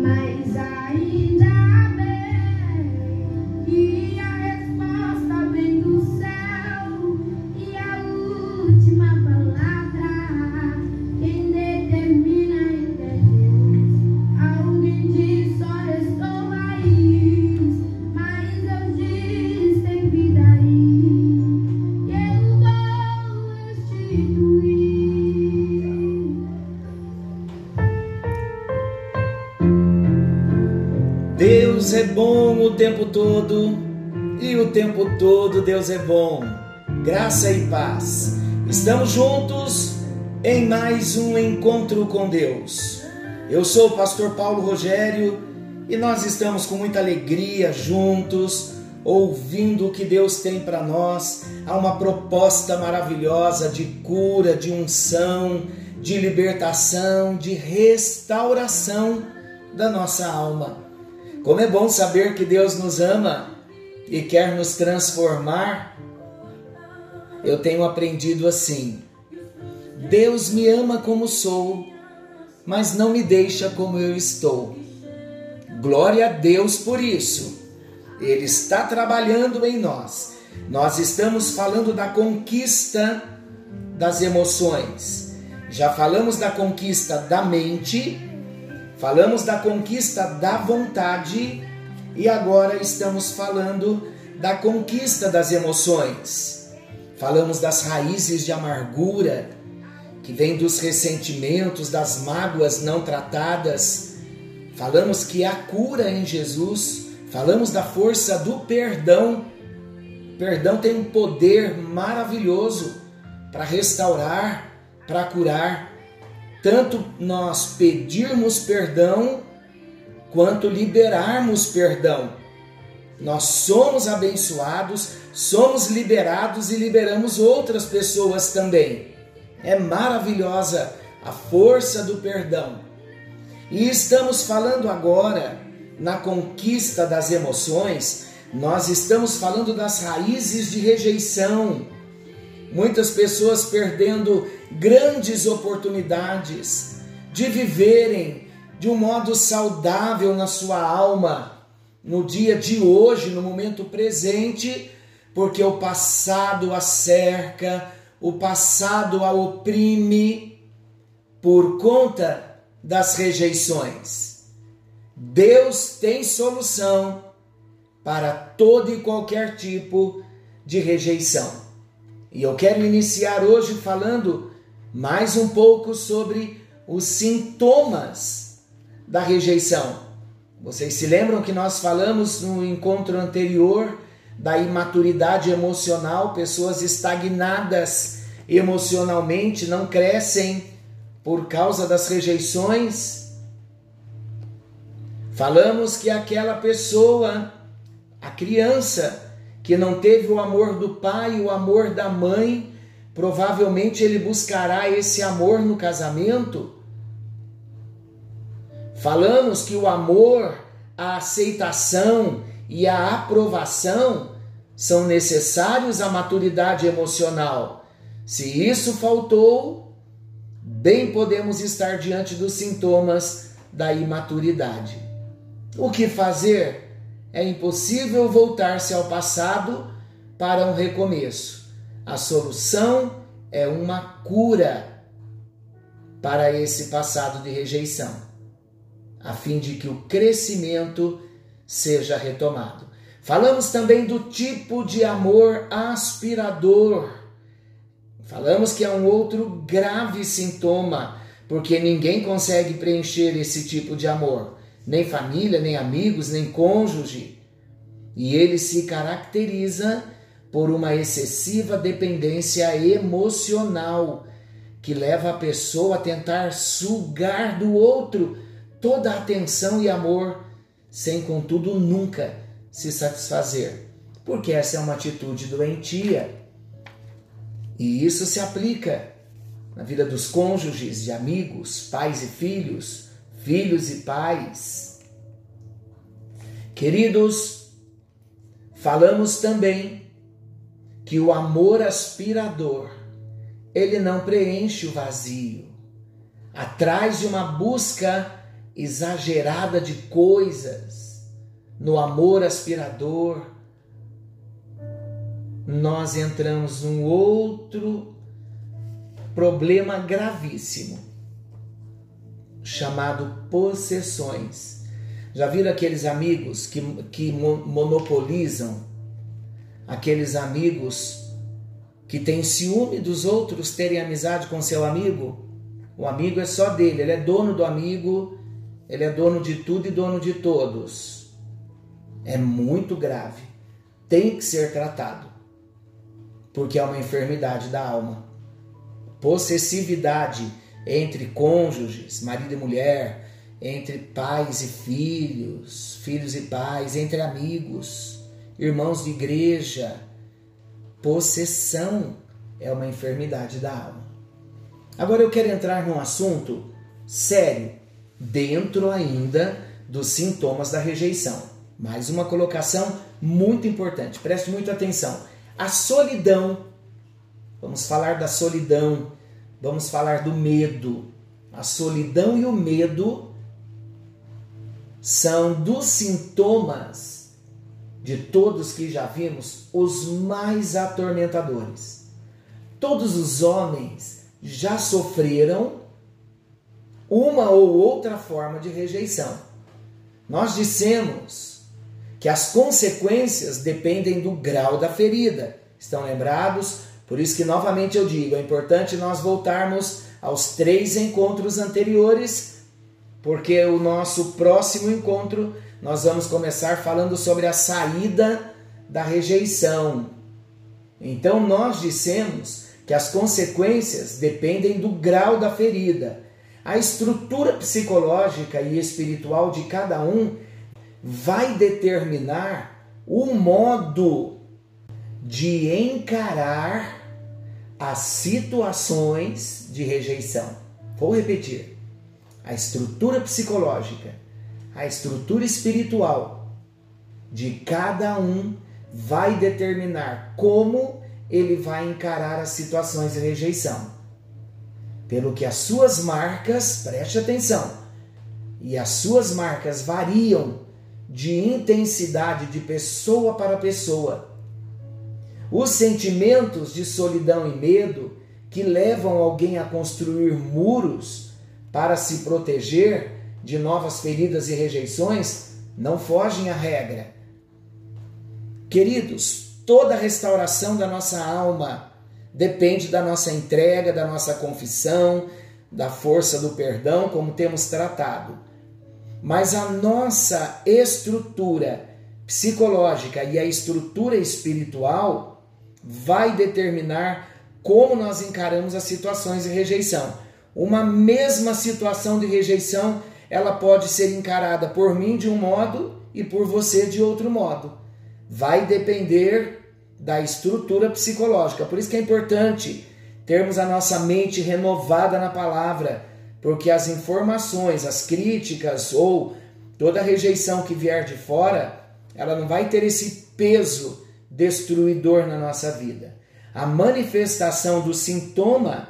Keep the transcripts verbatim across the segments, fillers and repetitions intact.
mas ainda bem que a resposta vem do céu e a última palavra quem determina ainda é Deus. Alguém diz só restou raiz, mas eu disse tem vida aí e eu vou restituir. Deus é bom o tempo todo e o tempo todo Deus é bom. Graça e paz. Estamos juntos em mais um encontro com Deus. Eu sou o pastor Paulo Rogério e nós estamos com muita alegria juntos, ouvindo o que Deus tem para nós. Há uma proposta maravilhosa de cura, de unção, de libertação, de restauração da nossa alma. Como é bom saber que Deus nos ama e quer nos transformar. Eu tenho aprendido assim: Deus me ama como sou, mas não me deixa como eu estou. Glória a Deus por isso. Ele está trabalhando em nós. Nós estamos falando da conquista das emoções. Já falamos da conquista da mente, falamos da conquista da vontade e agora estamos falando da conquista das emoções. Falamos das raízes de amargura que vem dos ressentimentos, das mágoas não tratadas. Falamos que há cura em Jesus. Falamos da força do perdão. O perdão tem um poder maravilhoso para restaurar, para curar. Tanto nós pedirmos perdão, quanto liberarmos perdão. Nós somos abençoados, somos liberados e liberamos outras pessoas também. É maravilhosa a força do perdão. E estamos falando agora, na conquista das emoções, nós estamos falando das raízes de rejeição. Muitas pessoas perdendo grandes oportunidades de viverem de um modo saudável na sua alma, no dia de hoje, no momento presente, porque o passado a cerca, o passado a oprime por conta das rejeições. Deus tem solução para todo e qualquer tipo de rejeição. E eu quero iniciar hoje falando mais um pouco sobre os sintomas da rejeição. Vocês se lembram que nós falamos no encontro anterior da imaturidade emocional, pessoas estagnadas emocionalmente, não crescem por causa das rejeições? Falamos que aquela pessoa, a criança, que não teve o amor do pai, o amor da mãe, provavelmente ele buscará esse amor no casamento. Falamos que o amor, a aceitação e a aprovação são necessários à maturidade emocional. Se isso faltou, bem podemos estar diante dos sintomas da imaturidade. O que fazer? É impossível voltar-se ao passado para um recomeço. A solução é uma cura para esse passado de rejeição, a fim de que o crescimento seja retomado. Falamos também do tipo de amor aspirador. Falamos que é um outro grave sintoma, porque ninguém consegue preencher esse tipo de amor. Nem família, nem amigos, nem cônjuge. E ele se caracteriza por uma excessiva dependência emocional, que leva a pessoa a tentar sugar do outro toda a atenção e amor, sem contudo nunca se satisfazer. Porque essa é uma atitude doentia. E isso se aplica na vida dos cônjuges, de amigos, pais e filhos, filhos e pais. Queridos, falamos também que o amor aspirador, ele não preenche o vazio. Atrás de uma busca exagerada de coisas, no amor aspirador, nós entramos num outro problema gravíssimo, chamado possessões. Já viram aqueles amigos que, que monopolizam? Aqueles amigos que têm ciúme dos outros terem amizade com seu amigo? O amigo é só dele, ele é dono do amigo, ele é dono de tudo e dono de todos. É muito grave, tem que ser tratado, porque é uma enfermidade da alma. Possessividade entre cônjuges, marido e mulher, entre pais e filhos, filhos e pais, entre amigos, irmãos de igreja. Possessão é uma enfermidade da alma. Agora eu quero entrar num assunto sério, dentro ainda dos sintomas da rejeição. Mais uma colocação muito importante, preste muita atenção. A solidão, vamos falar da solidão, vamos falar do medo. A solidão e o medo são dos sintomas de todos que já vimos os mais atormentadores. Todos os homens já sofreram uma ou outra forma de rejeição. Nós dissemos que as consequências dependem do grau da ferida. Estão lembrados? Por isso que novamente eu digo, é importante nós voltarmos aos três encontros anteriores, porque o nosso próximo encontro nós vamos começar falando sobre a saída da rejeição. Então nós dissemos que as consequências dependem do grau da ferida. A estrutura psicológica e espiritual de cada um vai determinar o modo de encarar as situações de rejeição. Vou repetir. A estrutura psicológica, a estrutura espiritual de cada um vai determinar como ele vai encarar as situações de rejeição. Pelo que as suas marcas, preste atenção, e as suas marcas variam de intensidade de pessoa para pessoa. Os sentimentos de solidão e medo que levam alguém a construir muros para se proteger de novas feridas e rejeições não fogem à regra. Queridos, toda a restauração da nossa alma depende da nossa entrega, da nossa confissão, da força do perdão, como temos tratado. Mas a nossa estrutura psicológica e a estrutura espiritual vai determinar como nós encaramos as situações de rejeição. Uma mesma situação de rejeição, ela pode ser encarada por mim de um modo e por você de outro modo. Vai depender da estrutura psicológica. Por isso que é importante termos a nossa mente renovada na palavra, porque as informações, as críticas ou toda a rejeição que vier de fora, ela não vai ter esse peso destruidor na nossa vida. A manifestação do sintoma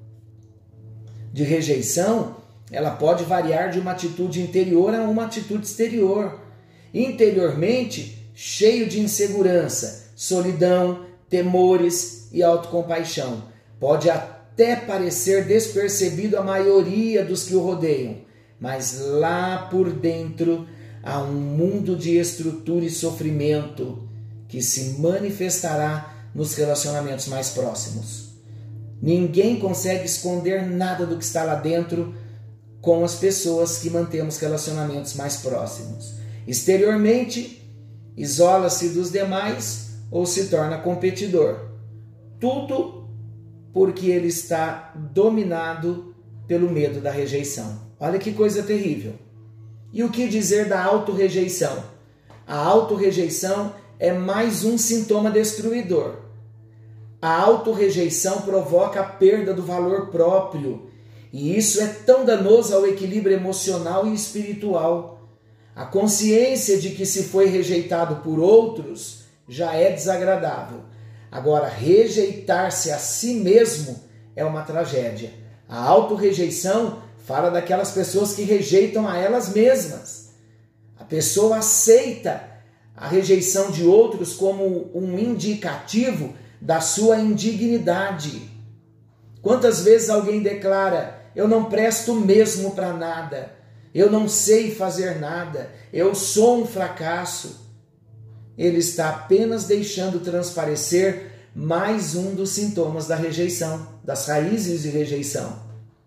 de rejeição, ela pode variar de uma atitude interior a uma atitude exterior. Interiormente, cheio de insegurança, solidão, temores e autocompaixão. Pode até parecer despercebido a maioria dos que o rodeiam, mas lá por dentro há um mundo de estrutura e sofrimento que se manifestará nos relacionamentos mais próximos. Ninguém consegue esconder nada do que está lá dentro com as pessoas que mantemos relacionamentos mais próximos. Exteriormente, isola-se dos demais ou se torna competidor. Tudo porque ele está dominado pelo medo da rejeição. Olha que coisa terrível. E o que dizer da autorrejeição? A autorrejeição é mais um sintoma destruidor. A autorrejeição provoca a perda do valor próprio, e isso é tão danoso ao equilíbrio emocional e espiritual. A consciência de que se foi rejeitado por outros já é desagradável. Agora, rejeitar-se a si mesmo é uma tragédia. A autorrejeição fala daquelas pessoas que rejeitam a elas mesmas. A pessoa aceita a rejeição de outros como um indicativo da sua indignidade. Quantas vezes alguém declara: eu não presto mesmo para nada, eu não sei fazer nada, eu sou um fracasso. Ele está apenas deixando transparecer mais um dos sintomas da rejeição, das raízes de rejeição.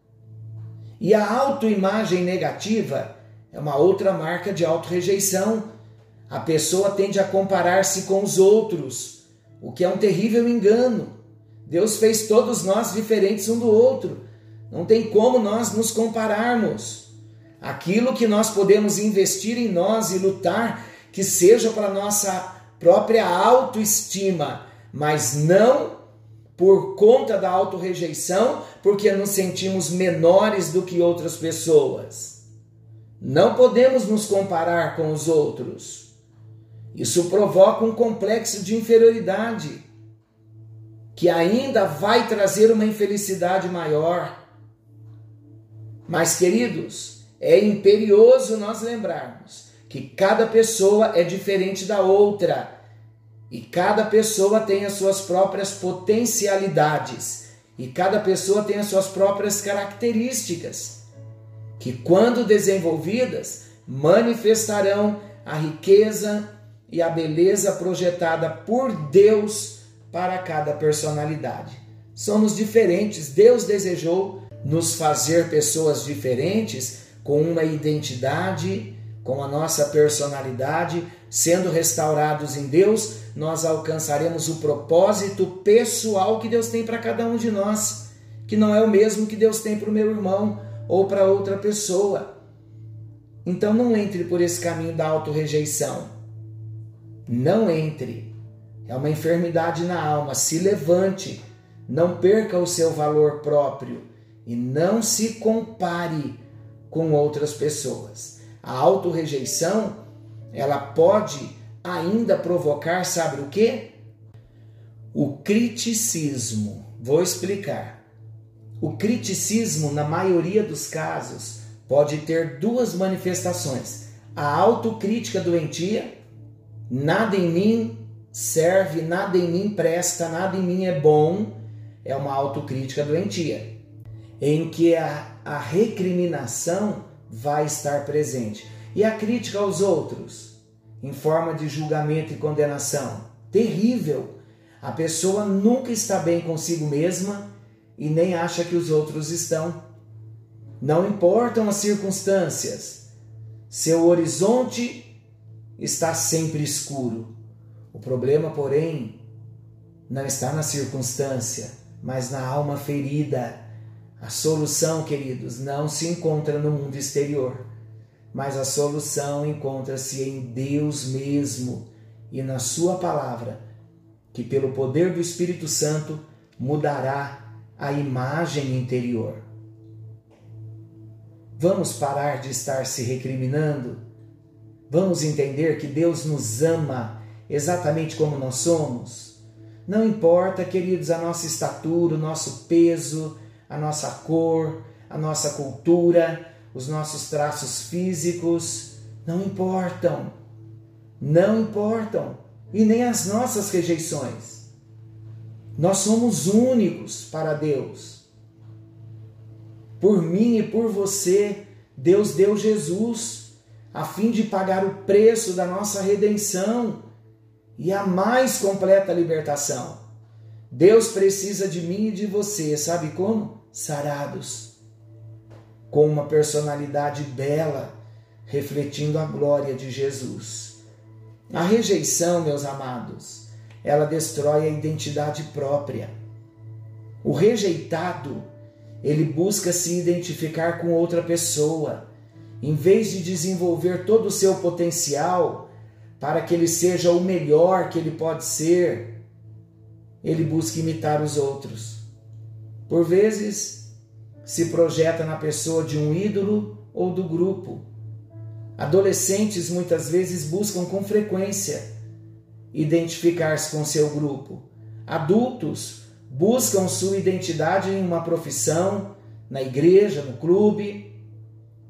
E a autoimagem negativa é uma outra marca de autorrejeição. A pessoa tende a comparar-se com os outros, o que é um terrível engano. Deus fez todos nós diferentes um do outro. Não tem como nós nos compararmos. Aquilo que nós podemos investir em nós e lutar, que seja para nossa própria autoestima, mas não por conta da autorrejeição, porque nos sentimos menores do que outras pessoas. Não podemos nos comparar com os outros. Isso provoca um complexo de inferioridade, que ainda vai trazer uma infelicidade maior. Mas, queridos, é imperioso nós lembrarmos que cada pessoa é diferente da outra e cada pessoa tem as suas próprias potencialidades e cada pessoa tem as suas próprias características que, quando desenvolvidas, manifestarão a riqueza e a beleza projetada por Deus para cada personalidade. Somos diferentes. Deus desejou nos fazer pessoas diferentes, com uma identidade, com a nossa personalidade. Sendo restaurados em Deus, nós alcançaremos o propósito pessoal que Deus tem para cada um de nós, que não é o mesmo que Deus tem para o meu irmão ou para outra pessoa. Então não entre por esse caminho da autorrejeição. Não entre. É uma enfermidade na alma. Se levante. Não perca o seu valor próprio. E não se compare com outras pessoas. A autorrejeição, ela pode ainda provocar, sabe o quê? O criticismo. Vou explicar. O criticismo, na maioria dos casos, pode ter duas manifestações. A autocrítica doentia, nada em mim serve, nada em mim presta, nada em mim é bom, é uma autocrítica doentia, em que a, a recriminação vai estar presente. E a crítica aos outros, em forma de julgamento e condenação, terrível. A pessoa nunca está bem consigo mesma e nem acha que os outros estão. Não importam as circunstâncias, seu horizonte está sempre escuro. O problema, porém, não está na circunstância, mas na alma ferida. A solução, queridos, não se encontra no mundo exterior, mas a solução encontra-se em Deus mesmo e na sua palavra, que pelo poder do Espírito Santo mudará a imagem interior. Vamos parar de estar se recriminando? Vamos entender que Deus nos ama exatamente como nós somos? Não importa, queridos, a nossa estatura, o nosso peso, a nossa cor, a nossa cultura, os nossos traços físicos, não importam. Não importam. E nem as nossas rejeições. Nós somos únicos para Deus. Por mim e por você, Deus deu Jesus a fim de pagar o preço da nossa redenção e a mais completa libertação. Deus precisa de mim e de você, sabe como? Sarados, com uma personalidade bela, refletindo a glória de Jesus. A rejeição, meus amados, ela destrói a identidade própria. O rejeitado, ele busca se identificar com outra pessoa, em vez de desenvolver todo o seu potencial para que ele seja o melhor que ele pode ser, ele busca imitar os outros. Por vezes, se projeta na pessoa de um ídolo ou do grupo. Adolescentes muitas vezes buscam com frequência identificar-se com seu grupo. Adultos buscam sua identidade em uma profissão, na igreja, no clube.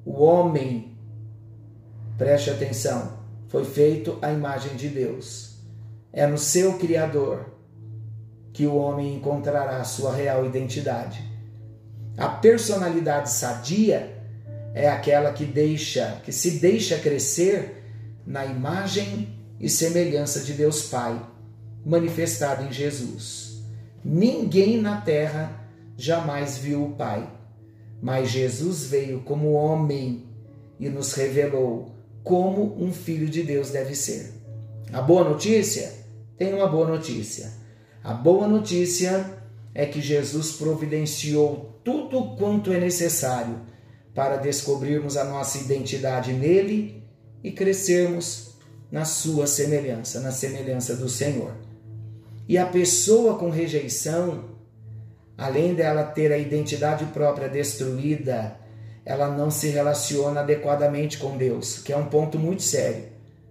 O homem, preste atenção, foi feito à imagem de Deus. É no seu Criador que o homem encontrará a sua real identidade. A personalidade sadia é aquela que deixa, que se deixa crescer na imagem e semelhança de Deus Pai, manifestada em Jesus. Ninguém na terra jamais viu o Pai, mas Jesus veio como homem e nos revelou como um filho de Deus deve ser. A boa notícia? Tem uma boa notícia. A boa notícia é que Jesus providenciou tudo quanto é necessário para descobrirmos a nossa identidade nele e crescermos na sua semelhança, na semelhança do Senhor. E a pessoa com rejeição, além dela ter a identidade própria destruída, ela não se relaciona adequadamente com Deus, que é um ponto muito sério.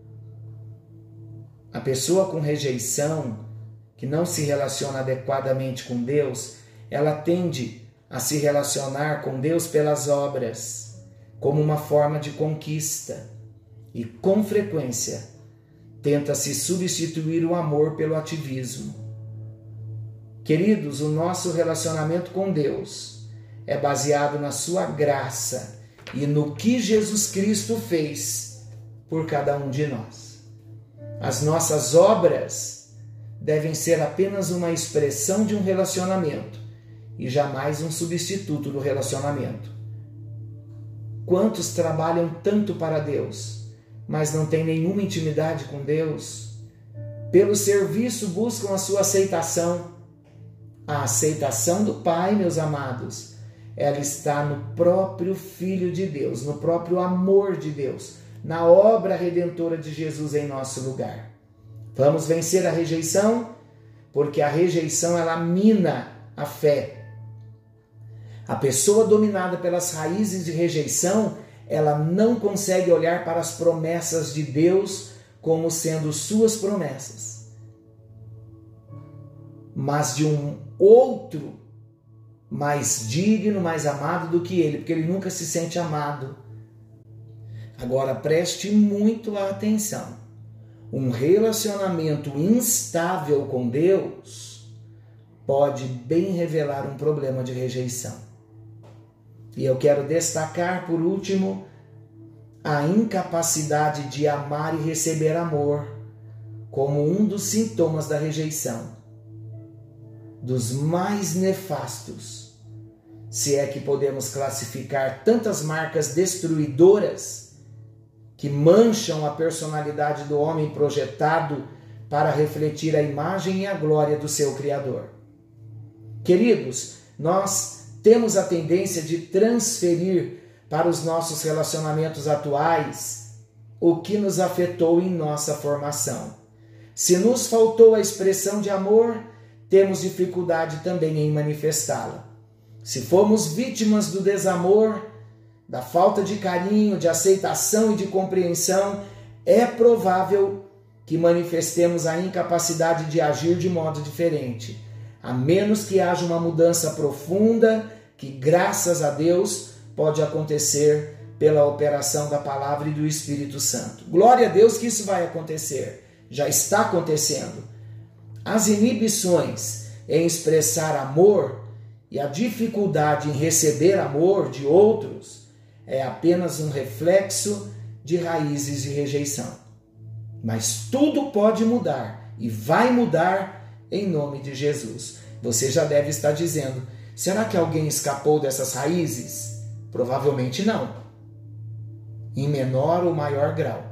A pessoa com rejeição, que não se relaciona adequadamente com Deus, ela tende a se relacionar com Deus pelas obras, como uma forma de conquista, e com frequência tenta-se substituir o amor pelo ativismo. Queridos, o nosso relacionamento com Deus é baseado na sua graça e no que Jesus Cristo fez por cada um de nós. As nossas obras devem ser apenas uma expressão de um relacionamento e jamais um substituto do relacionamento. Quantos trabalham tanto para Deus, mas não têm nenhuma intimidade com Deus? Pelo serviço buscam a sua aceitação. A aceitação do Pai, meus amados, ela está no próprio Filho de Deus, no próprio amor de Deus, na obra redentora de Jesus em nosso lugar. Vamos vencer a rejeição? Porque a rejeição, ela mina a fé. A pessoa dominada pelas raízes de rejeição, ela não consegue olhar para as promessas de Deus como sendo suas promessas, mas de um outro mais digno, mais amado do que ele, porque ele nunca se sente amado. Agora preste muito atenção. Um relacionamento instável com Deus pode bem revelar um problema de rejeição. E eu quero destacar, por último, a incapacidade de amar e receber amor como um dos sintomas da rejeição, dos mais nefastos, se é que podemos classificar tantas marcas destruidoras que mancham a personalidade do homem projetado para refletir a imagem e a glória do seu Criador. Queridos, nós temos a tendência de transferir para os nossos relacionamentos atuais o que nos afetou em nossa formação. Se nos faltou a expressão de amor, temos dificuldade também em manifestá-la. Se fomos vítimas do desamor, da falta de carinho, de aceitação e de compreensão, é provável que manifestemos a incapacidade de agir de modo diferente, a menos que haja uma mudança profunda que, graças a Deus, pode acontecer pela operação da palavra e do Espírito Santo. Glória a Deus que isso vai acontecer, já está acontecendo. As inibições em expressar amor e a dificuldade em receber amor de outros é apenas um reflexo de raízes de rejeição. Mas tudo pode mudar e vai mudar em nome de Jesus. Você já deve estar dizendo: será que alguém escapou dessas raízes? Provavelmente não, em menor ou maior grau.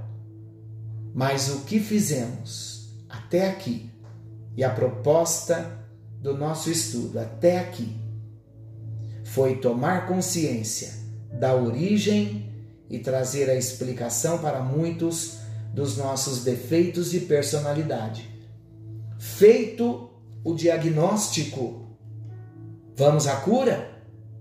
Mas o que fizemos até aqui, e a proposta do nosso estudo até aqui, foi tomar consciência da origem e trazer a explicação para muitos dos nossos defeitos de personalidade. Feito o diagnóstico, vamos à cura?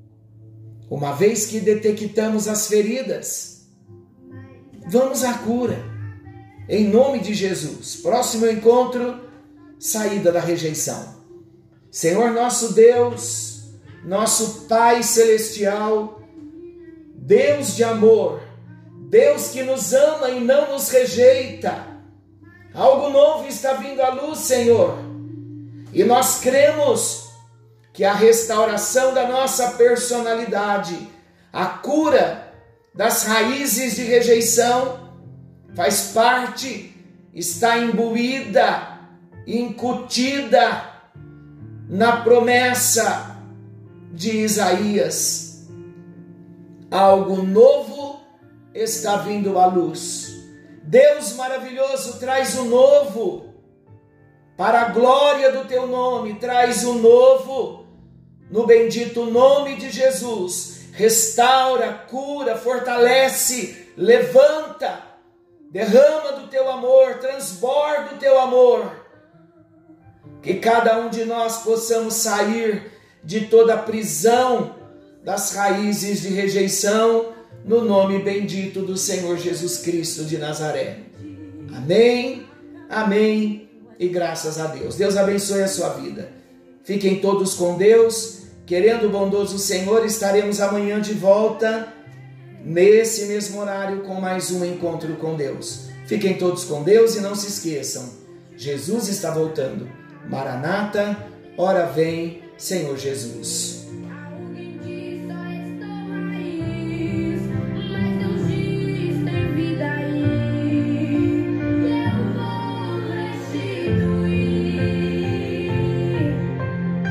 Uma vez que detectamos as feridas, vamos à cura. Em nome de Jesus. Próximo encontro, saída da rejeição. Senhor nosso Deus, nosso Pai Celestial, Deus de amor, Deus que nos ama e não nos rejeita. Algo novo está vindo à luz, Senhor. E nós cremos que a restauração da nossa personalidade, a cura das raízes de rejeição, faz parte, está imbuída, incutida na promessa de Isaías. Algo novo está vindo à luz. Deus maravilhoso, traz o novo, para a glória do teu nome, traz o novo, no bendito nome de Jesus. Restaura, cura, fortalece, levanta, derrama do teu amor, transborda o teu amor. Que cada um de nós possamos sair de toda a prisão das raízes de rejeição, no nome bendito do Senhor Jesus Cristo de Nazaré. Amém, amém e graças a Deus. Deus abençoe a sua vida. Fiquem todos com Deus. Querendo o bondoso Senhor, estaremos amanhã de volta, nesse mesmo horário, com mais um encontro com Deus. Fiquem todos com Deus e não se esqueçam, Jesus está voltando. Maranata, ora vem, Senhor Jesus.